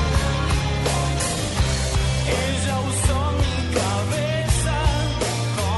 Ella usó mi cabeza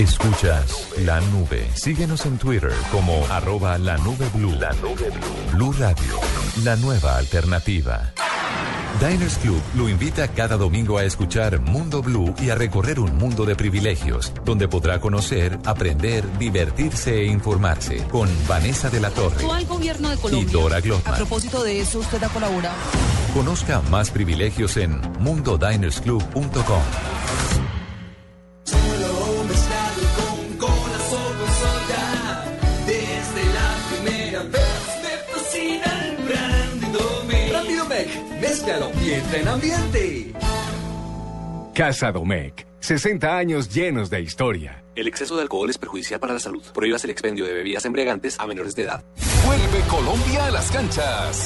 Escuchas La Nube. Síguenos en Twitter como @lanubeblu. La Nube Blue. Blue Radio, la nueva alternativa. Diners Club lo invita cada domingo a escuchar Mundo Blue y a recorrer un mundo de privilegios, donde podrá conocer, aprender, divertirse e informarse con Vanessa de la Torre Al gobierno de Colombia. y Dora Glotman. A propósito de eso, usted ha colaborado. Conozca más privilegios en mundodinersclub.com. Solo mezclado con colas o con soda. Desde la primera vez me fascina el Brandy Domecq. Brandy Domecq, mézclalo y entra en ambiente. Casa Domecq, 60 años llenos de historia. El exceso de alcohol es perjudicial para la salud. Prohíbas el expendio de bebidas embriagantes a menores de edad. Vuelve Colombia a las canchas.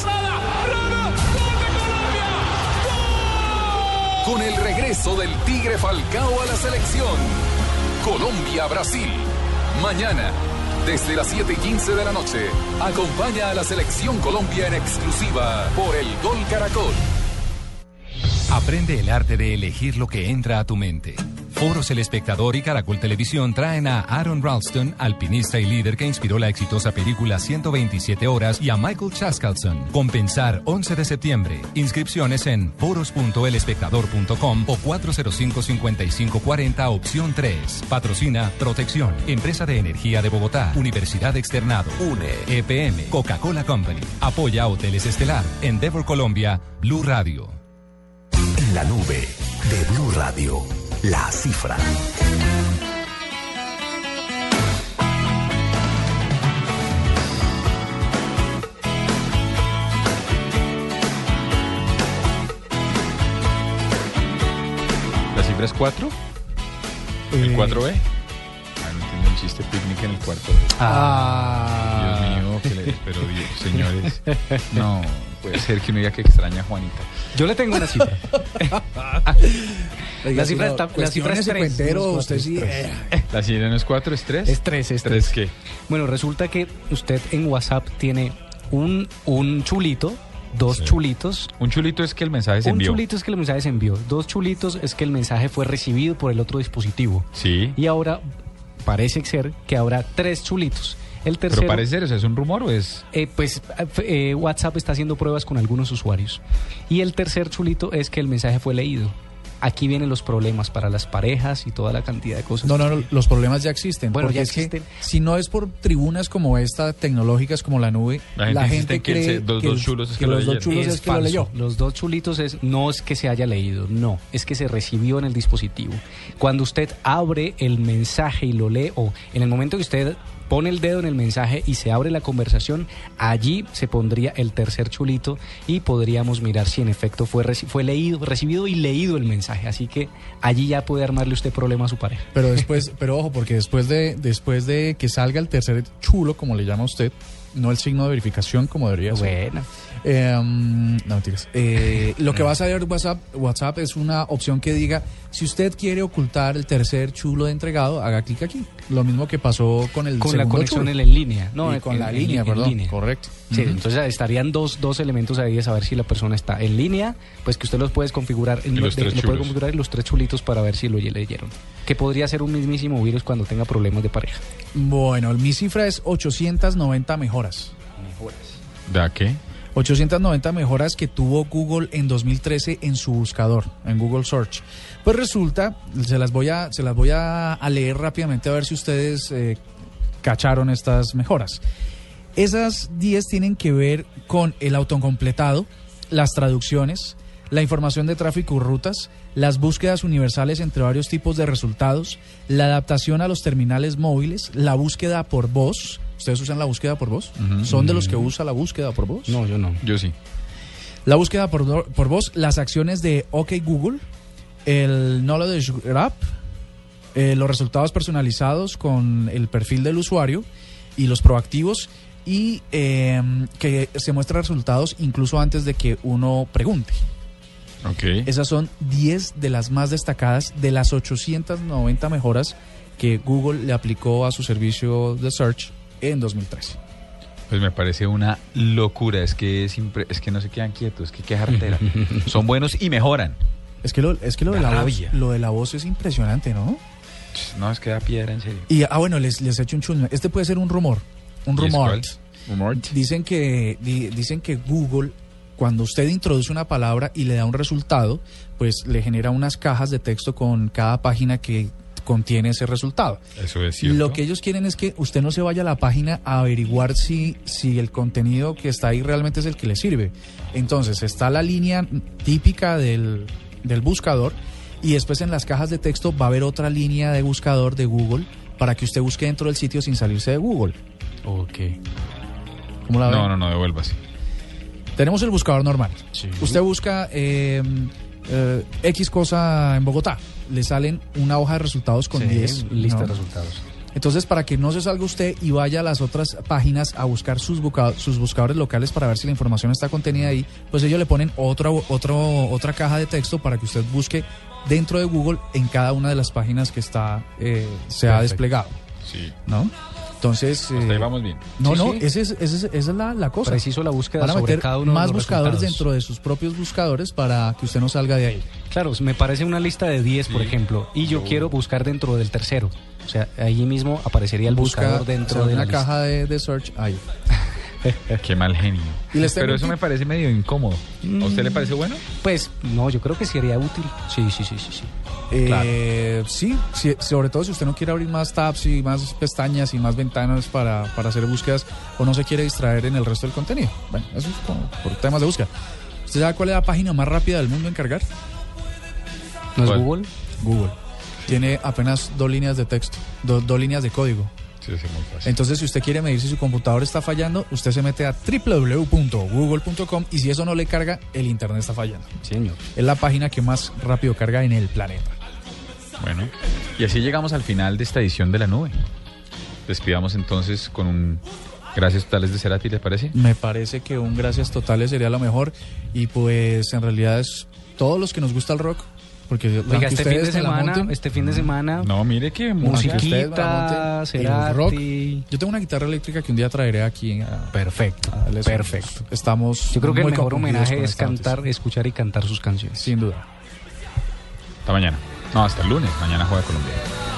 Con el regreso del Tigre Falcao a la selección. Colombia-Brasil. Mañana, desde las 7:15 de la noche, acompaña a la selección Colombia en exclusiva por el Gol Caracol. Aprende el arte de elegir lo que entra a tu mente. Foros El Espectador y Caracol Televisión traen a Aaron Ralston, alpinista y líder que inspiró la exitosa película 127 horas, y a Michael Chaskalson. Compensar 11 de septiembre. Inscripciones en foros.elespectador.com o 405-5540 opción 3. Patrocina Protección, Empresa de Energía de Bogotá, Universidad Externado, UNE, EPM, Coca-Cola Company. Apoya Hoteles Estelar, Endeavor Colombia, Blue Radio. La nube de Blue Radio. La cifra. ¿La cifra es 4? ¿El 4B? No entiendo el chiste picnic en el cuarto B. Dios mío, pero Dios, señores. No, puede ser que uno diga que extraña a Juanita. Yo le tengo una cifra. Oiga, La cifra está, la cifra es 3. Usted sí. ¿La cifra no es 4, es 3? Es 3, es 3. ¿Qué? Bueno, resulta que usted en WhatsApp tiene un chulito, dos chulitos. Un chulito es que el mensaje se envió. Un chulito es que el mensaje se envió. 2 chulitos es que el mensaje fue recibido por el otro dispositivo. Sí. Y ahora parece ser que habrá 3 chulitos. El tercero, ¿pero parece ser, o sea, es un rumor o es...? WhatsApp está haciendo pruebas con algunos usuarios. Y el tercer chulito es que el mensaje fue leído. Aquí vienen los problemas para las parejas y toda la cantidad de cosas. No, los problemas ya existen. Bueno, porque ya es existen. Que si no es por tribunas como esta, tecnológicas como la nube, la gente cree que los dos chulos es que los dos chulos es que lo leyó. Los 2 chulitos no es que se haya leído, no, es que se recibió en el dispositivo. Cuando usted abre el mensaje y lo lee, o en el momento que usted pone el dedo en el mensaje y se abre la conversación, allí se pondría el tercer chulito y podríamos mirar si en efecto fue leído, recibido y leído el mensaje. Así que allí ya puede armarle usted problema a su pareja. Pero ojo, porque después de que salga el tercer chulo, como le llama usted, no el signo de verificación como debería ser. Bueno. No, mentiras. Lo que va a salir WhatsApp es una opción que diga, si usted quiere ocultar el tercer chulo de entregado, haga clic aquí. Lo mismo que pasó con el con la conexión chulo. en línea. No, y con la línea, perdón. Línea. Correcto. Sí, entonces estarían dos elementos ahí de saber si la persona está en línea, pues que usted los puede configurar, puede configurar los 3 chulitos para ver si lo leyeron. Que podría ser un mismísimo virus cuando tenga problemas de pareja. Bueno, mi cifra es 890 mejoras. ¿Da qué? 890 mejoras que tuvo Google en 2013 en su buscador, en Google Search. Pues resulta, se las voy a leer rápidamente a ver si ustedes cacharon estas mejoras. Esas 10 tienen que ver con el autocompletado, las traducciones, la información de tráfico y rutas, las búsquedas universales entre varios tipos de resultados, la adaptación a los terminales móviles, la búsqueda por voz. ¿Ustedes usan la búsqueda por voz? ¿Son de los que usa la búsqueda por voz? No, yo no. Yo sí. La búsqueda por voz, las acciones de OK Google, el Knowledge Graph, los resultados personalizados con el perfil del usuario y los proactivos, y que se muestran resultados incluso antes de que uno pregunte. Okay. Esas son 10 de las más destacadas de las 890 mejoras que Google le aplicó a su servicio de search en 2013. Pues me parece una locura, es que no se quedan quietos, es que qué jartera. Son buenos y mejoran. Es que lo de la voz es impresionante, ¿no? No, es que da piedra, en serio. Y, bueno, les echo un chusme. Este puede ser un rumor. Un rumor. Dicen que Google, cuando usted introduce una palabra y le da un resultado, pues le genera unas cajas de texto con cada página que contiene ese resultado. Eso es cierto. Lo que ellos quieren es que usted no se vaya a la página a averiguar si el contenido que está ahí realmente es el que le sirve. Entonces está la línea típica del buscador, y después en las cajas de texto va a haber otra línea de buscador de Google para que usted busque dentro del sitio sin salirse de Google. Ok. ¿Cómo la ve? No, devuélvase. Tenemos el buscador normal. Sí. Usted busca X cosa en Bogotá. Le salen una hoja de resultados con 10 lista de resultados. Entonces, para que no se salga usted y vaya a las otras páginas a buscar sus buscadores locales para ver si la información está contenida ahí, pues ellos le ponen otra caja de texto para que usted busque dentro de Google en cada una de las páginas que se ha desplegado. Sí. ¿No? Entonces... hasta ahí vamos bien. Esa es la cosa. Preciso la búsqueda van a sobre meter cada uno más de los buscadores resultados dentro de sus propios buscadores para que usted no salga de ahí. Claro, me parece una lista de 10, por ejemplo, y yo quiero buscar dentro del tercero. O sea, ahí mismo aparecería el buscador dentro de la lista. caja de search ahí. Qué mal genio. Pero eso me parece medio incómodo. ¿A usted le parece bueno? Pues no, yo creo que sería útil. Sí. Claro. Sí, sobre todo si usted no quiere abrir más tabs y más pestañas y más ventanas para hacer búsquedas, o no se quiere distraer en el resto del contenido. Bueno, eso es como por temas de búsqueda. ¿Usted sabe cuál es la página más rápida del mundo en cargar? ¿No es Google? Google. Tiene apenas 2 líneas de texto, 2 líneas de código. Sí, es muy fácil. Entonces, si usted quiere medir si su computador está fallando, usted se mete a www.google.com y si eso no le carga, el internet está fallando. Sí, señor. Es la página que más rápido carga en el planeta. Bueno, y así llegamos al final de esta edición de La Nube. Despidamos entonces con un gracias totales de Cerati, ¿les parece? Me parece que un gracias totales sería lo mejor, y pues en realidad es todos los que nos gusta el rock. Porque oiga, este fin de semana no, mire que musiquita, Cerati. Yo tengo una guitarra eléctrica que un día traeré aquí. Perfecto. Estamos. Yo creo que el mejor homenaje es escuchar y cantar sus canciones. Sin duda. Hasta mañana. No, hasta el lunes. Mañana juega Colombia.